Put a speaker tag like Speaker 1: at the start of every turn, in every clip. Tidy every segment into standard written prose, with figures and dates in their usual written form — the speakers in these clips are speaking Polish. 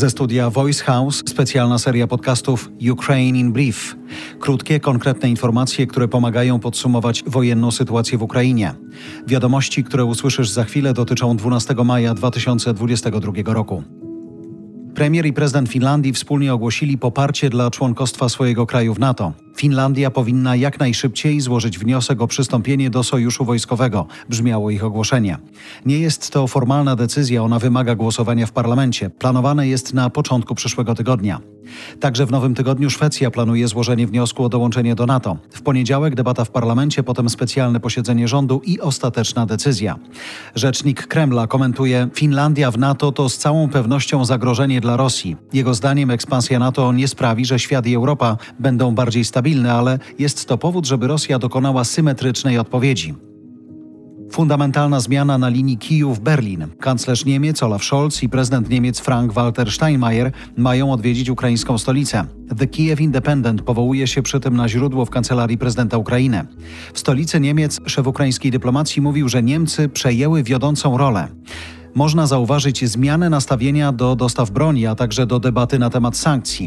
Speaker 1: Ze studia Voice House specjalna seria podcastów Ukraine in Brief. Krótkie, konkretne informacje, które pomagają podsumować wojenną sytuację w Ukrainie. Wiadomości, które usłyszysz za chwilę, dotyczą 12 maja 2022 roku. Premier i prezydent Finlandii wspólnie ogłosili poparcie dla członkostwa swojego kraju w NATO. Finlandia powinna jak najszybciej złożyć wniosek o przystąpienie do sojuszu wojskowego, brzmiało ich ogłoszenie. Nie jest to formalna decyzja, ona wymaga głosowania w parlamencie. Planowane jest na początku przyszłego tygodnia. Także w nowym tygodniu Szwecja planuje złożenie wniosku o dołączenie do NATO. W poniedziałek debata w parlamencie, potem specjalne posiedzenie rządu i ostateczna decyzja. Rzecznik Kremla komentuje: Finlandia w NATO to z całą pewnością zagrożenie dla Rosji. Jego zdaniem ekspansja NATO nie sprawi, że świat i Europa będą bardziej stabilne, ale jest to powód, żeby Rosja dokonała symetrycznej odpowiedzi. Fundamentalna zmiana na linii Kijów-Berlin. Kanclerz Niemiec Olaf Scholz i prezydent Niemiec Frank-Walter Steinmeier mają odwiedzić ukraińską stolicę. The Kiev Independent powołuje się przy tym na źródło w kancelarii prezydenta Ukrainy. W stolicy Niemiec szef ukraińskiej dyplomacji mówił, że Niemcy przejęły wiodącą rolę. Można zauważyć zmianę nastawienia do dostaw broni, a także do debaty na temat sankcji.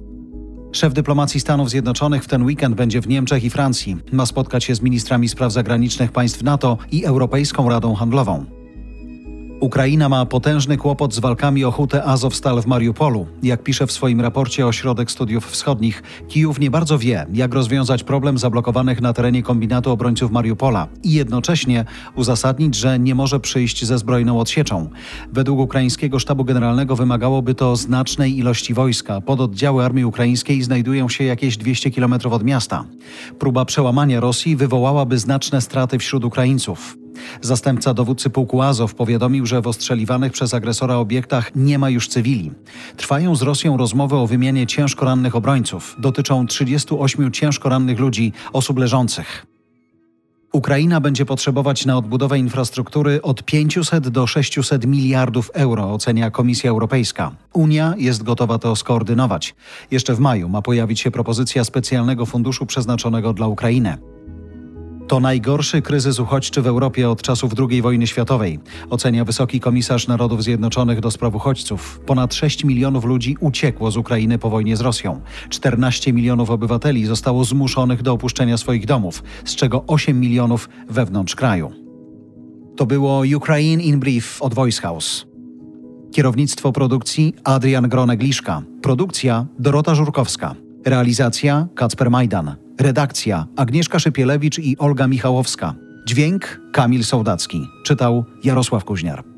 Speaker 1: Szef dyplomacji Stanów Zjednoczonych w ten weekend będzie w Niemczech i Francji. Ma spotkać się z ministrami spraw zagranicznych państw NATO i Europejską Radą Handlową. Ukraina ma potężny kłopot z walkami o hutę Azowstal w Mariupolu. Jak pisze w swoim raporcie Ośrodek Studiów Wschodnich, Kijów nie bardzo wie, jak rozwiązać problem zablokowanych na terenie kombinatu obrońców Mariupola i jednocześnie uzasadnić, że nie może przyjść ze zbrojną odsieczą. Według ukraińskiego sztabu generalnego wymagałoby to znacznej ilości wojska. Pododdziały armii ukraińskiej znajdują się jakieś 200 km od miasta. Próba przełamania Rosji wywołałaby znaczne straty wśród Ukraińców. Zastępca dowódcy pułku Azow powiadomił, że w ostrzeliwanych przez agresora obiektach nie ma już cywili. Trwają z Rosją rozmowy o wymianie ciężko rannych obrońców. Dotyczą 38 ciężko rannych ludzi, osób leżących. Ukraina będzie potrzebować na odbudowę infrastruktury od 500 do 600 miliardów euro, ocenia Komisja Europejska. Unia jest gotowa to skoordynować. Jeszcze w maju ma pojawić się propozycja specjalnego funduszu przeznaczonego dla Ukrainy. To najgorszy kryzys uchodźczy w Europie od czasów II wojny światowej, ocenia wysoki komisarz Narodów Zjednoczonych do spraw uchodźców. Ponad 6 milionów ludzi uciekło z Ukrainy po wojnie z Rosją. 14 milionów obywateli zostało zmuszonych do opuszczenia swoich domów, z czego 8 milionów wewnątrz kraju. To było Ukraine in Brief od Voice House. Kierownictwo produkcji Adrian Gronek-Liszka. Produkcja Dorota Żurkowska. Realizacja Kacper Majdan. Redakcja Agnieszka Szypielewicz i Olga Michałowska. Dźwięk Kamil Sołdacki. Czytał Jarosław Kuźniar.